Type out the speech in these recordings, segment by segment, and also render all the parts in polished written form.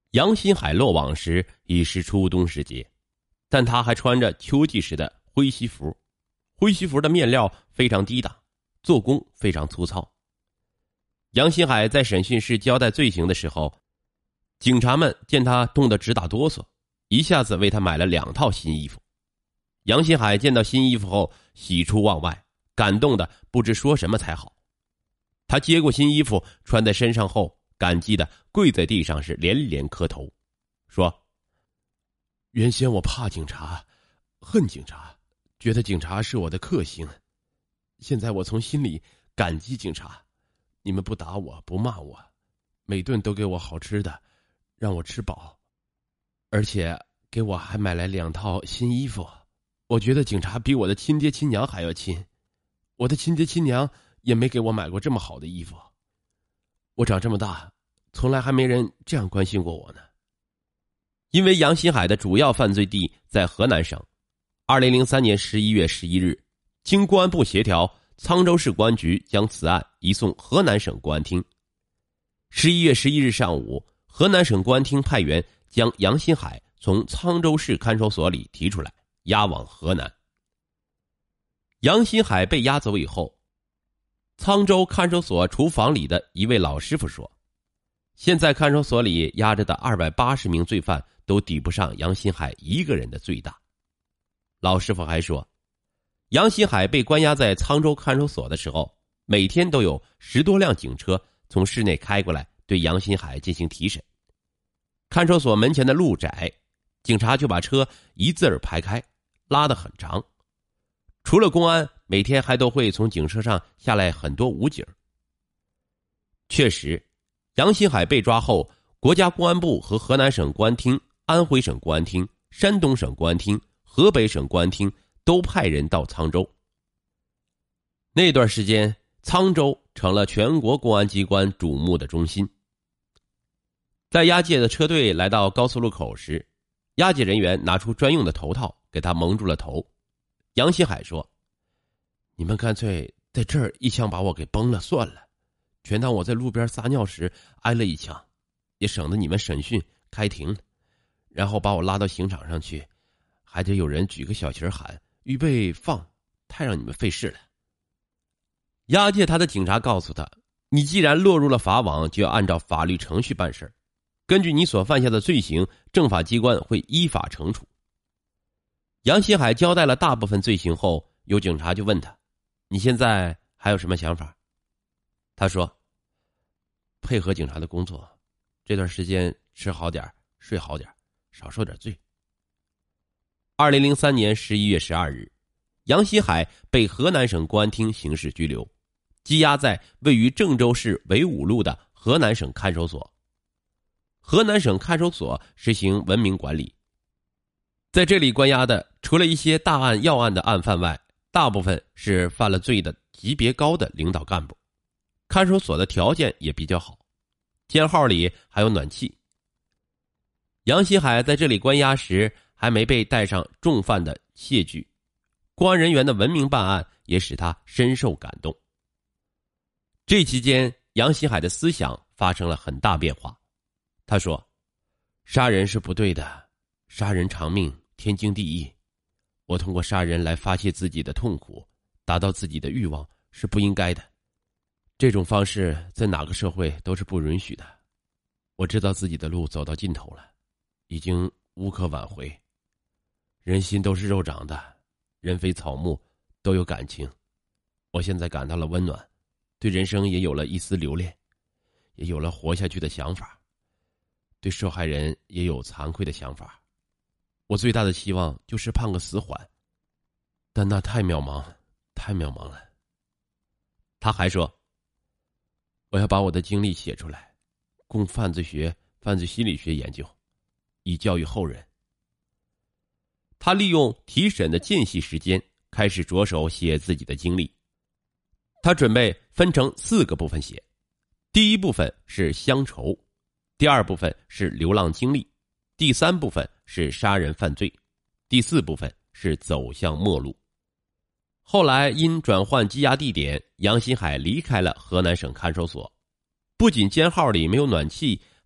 杨新海落网时已是初冬时节，但他还穿着秋季时的灰西服，灰西服的面料非常低档，做工非常粗糙。杨新海在审讯室交代罪行的时候，警察们见他冻得直打哆嗦，一下子为他买了2套新衣服。杨新海见到新衣服后喜出望外，感动的不知说什么才好。他接过新衣服穿在身上后，感激的跪在地上是连连磕头，说：原先我怕警察，恨警察，觉得警察是我的克星，现在我从心里感激警察，你们不打我，不骂我，每顿都给我好吃的，让我吃饱，而且给我还买来2套新衣服。我觉得警察比我的亲爹亲娘还要亲，我的亲爹亲娘也没给我买过这么好的衣服。我长这么大，从来还没人这样关心过我呢。因为杨新海的主要犯罪地在河南省，2003年11月11日，经公安部协调，沧州市公安局将此案移送河南省公安厅。11月11日上午，河南省公安厅派员将杨新海从沧州市看守所里提出来，押往河南。杨新海被押走以后，沧州看守所厨房里的一位老师傅说，现在看守所里押着的280名罪犯都抵不上杨新海一个人的罪大。老师傅还说，杨新海被关押在沧州看守所的时候，每天都有10多辆警车从市内开过来对杨新海进行提审。看守所门前的路窄，警察就把车一字儿排开，拉得很长。除了公安，每天还都会从警车上下来很多武警。确实，杨新海被抓后，国家公安部和河南省公安厅、安徽省公安厅、山东省公安厅、河北省公安厅都派人到沧州。那段时间，沧州成了全国公安机关瞩目的中心。在押解的车队来到高速路口时，押解人员拿出专用的头套给他蒙住了头。杨新海说，你们干脆在这儿一枪把我给崩了算了，全当我在路边撒尿时挨了一枪，也省得你们审讯开庭，然后把我拉到刑场上去，还得有人举个小旗喊预备放，太让你们费事了。押解他的警察告诉他，你既然落入了法网，就要按照法律程序办事，根据你所犯下的罪行，政法机关会依法惩处。杨新海交代了大部分罪行后，有警察就问他，你现在还有什么想法？他说，配合警察的工作，这段时间吃好点，睡好点，少受点罪。2003年11月12日，杨新海被河南省公安厅刑事拘留，羁押在位于郑州市纬武路的河南省看守所。河南省看守所实行文明管理，在这里关押的除了一些大案要案的案犯外，大部分是犯了罪的级别高的领导干部。看守所的条件也比较好，监号里还有暖气。杨新海在这里关押时还没被戴上重犯的械具，公安人员的文明办案也使他深受感动。这期间，杨新海的思想发生了很大变化。他说，杀人是不对的，杀人偿命，天经地义。我通过杀人来发泄自己的痛苦，达到自己的欲望是不应该的。这种方式在哪个社会都是不允许的。我知道自己的路走到尽头了，已经无可挽回。人心都是肉长的，人非草木，都有感情。我现在感到了温暖，对人生也有了一丝留恋，也有了活下去的想法。对受害人也有惭愧的想法。我最大的希望就是判个死缓，但那太渺茫，太渺茫了。他还说，我要把我的经历写出来，供犯罪学、犯罪心理学研究，以教育后人。他利用提审的间隙时间，开始着手写自己的经历。他准备分成4个部分写，第一部分是乡愁，第2部分是流浪经历，第3部分是杀人犯罪，第4部分是走向末路。后来因转换羁押地点，杨新海离开了河南省看守所。不仅监号里没有暖气，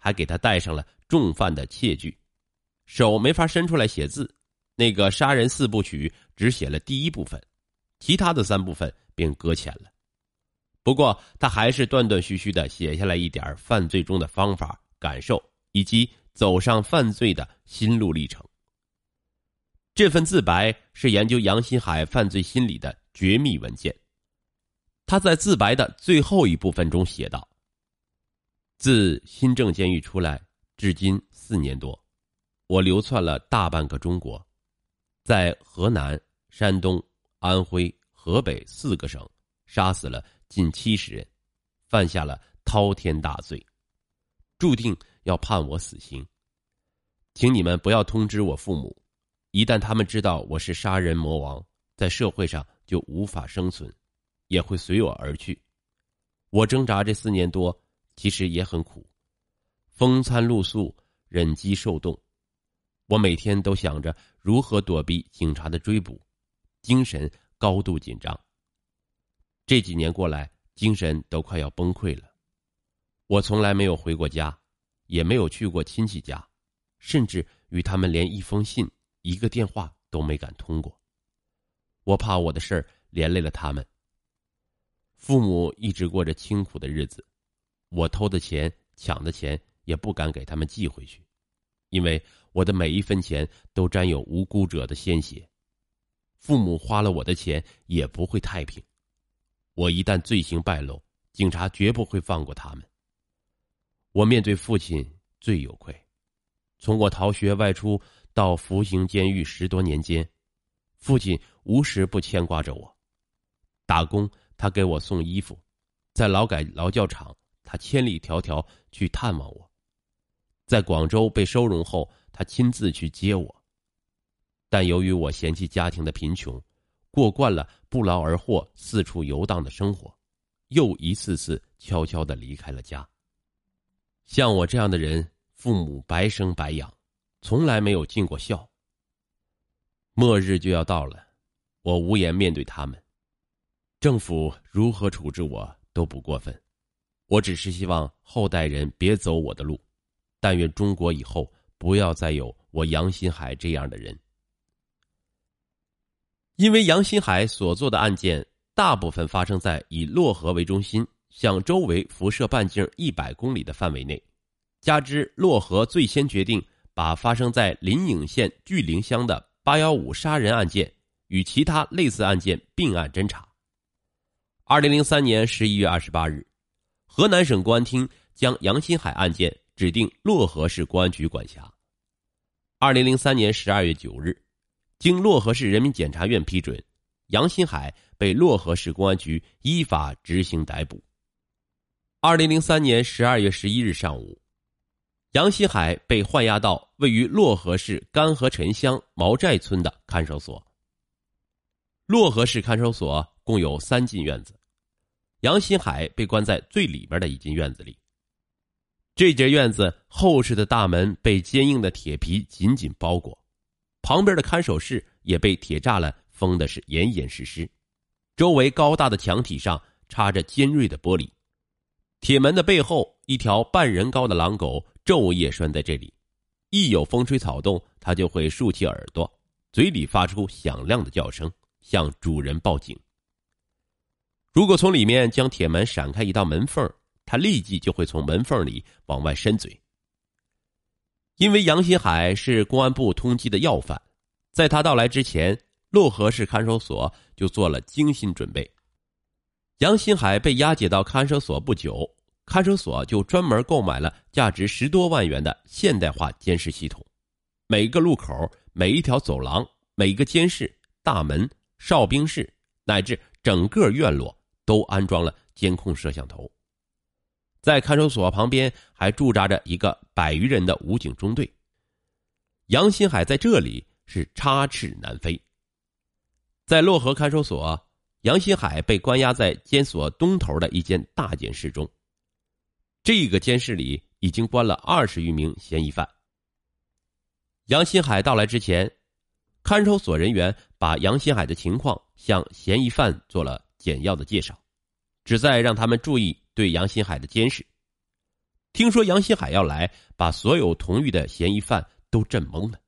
还给他戴上了重犯的窃具，手没法伸出来写字。那个杀人4部曲只写了第1部分，其他的3部分便搁浅了。不过他还是断断续续地写下来一点犯罪中的方法、感受以及走上犯罪的心路历程。这份自白是研究杨新海犯罪心理的绝密文件。他在自白的最后一部分中写道：自新郑监狱出来至今4年多，我流窜了大半个中国，在河南、山东、安徽、河北4个省杀死了近70人，犯下了滔天大罪，注定要判我死刑。请你们不要通知我父母，一旦他们知道我是杀人魔王，在社会上就无法生存，也会随我而去。我挣扎这4年多，其实也很苦，风餐露宿，忍饥受冻。我每天都想着如何躲避警察的追捕，精神高度紧张。这几年过来，精神都快要崩溃了。我从来没有回过家，也没有去过亲戚家，甚至与他们连一封信、一个电话都没敢通过。我怕我的事儿连累了他们。父母一直过着清苦的日子，我偷的钱、抢的钱也不敢给他们寄回去，因为我的每一分钱都沾有无辜者的鲜血。父母花了我的钱也不会太平。我一旦罪行败露，警察绝不会放过他们。我面对父亲最有愧。从我逃学外出到服刑监狱10多年间，父亲无时不牵挂着我。打工他给我送衣服，在劳改劳教场他千里迢迢去探望我，在广州被收容后他亲自去接我。但由于我嫌弃家庭的贫穷，过惯了不劳而获四处游荡的生活，又一次次悄悄地离开了家。像我这样的人，父母白生白养，从来没有尽过孝。末日就要到了，我无颜面对他们，政府如何处置我都不过分。我只是希望后代人别走我的路，但愿中国以后不要再有我杨新海这样的人。因为杨新海所做的案件大部分发生在以漯河为中心向周围辐射半径100公里的范围内，加之漯河最先决定把发生在临颍县巨灵乡的815杀人案件与其他类似案件并案侦查。2003年11月28日，河南省公安厅将杨新海案件指定漯河市公安局管辖。2003年12月9日，经漯河市人民检察院批准，杨新海被漯河市公安局依法执行逮捕。2003年12月11日上午，杨新海被换押到位于漯河市甘河陈乡毛寨村的看守所。漯河市看守所共有3进院子，杨新海被关在最里边的一进院子里。这间院子厚实的大门被坚硬的铁皮紧紧包裹，旁边的看守室也被铁栅栏封的是严严实实，周围高大的墙体上插着尖锐的玻璃。铁门的背后，一条半人高的狼狗昼夜拴在这里，一有风吹草动，它就会竖起耳朵，嘴里发出响亮的叫声，向主人报警。如果从里面将铁门闪开一道门缝，它立即就会从门缝里往外伸嘴。因为杨新海是公安部通缉的要犯，在他到来之前，漯河市看守所就做了精心准备。杨新海被押解到看守所不久，看守所就专门购买了价值10多万元的现代化监视系统，每个路口、每一条走廊、每个监室、大门、哨兵室乃至整个院落都安装了监控摄像头。在看守所旁边还驻扎着一个100余人的武警中队。杨新海在这里是插翅难飞。在漯河看守所，杨新海被关押在监所东头的一间大监室中。这个监室里已经关了20余名嫌疑犯。杨新海到来之前，看守所人员把杨新海的情况向嫌疑犯做了简要的介绍，旨在让他们注意对杨新海的监视。 听说杨新海要来，把所有同狱的嫌疑犯都震懵了。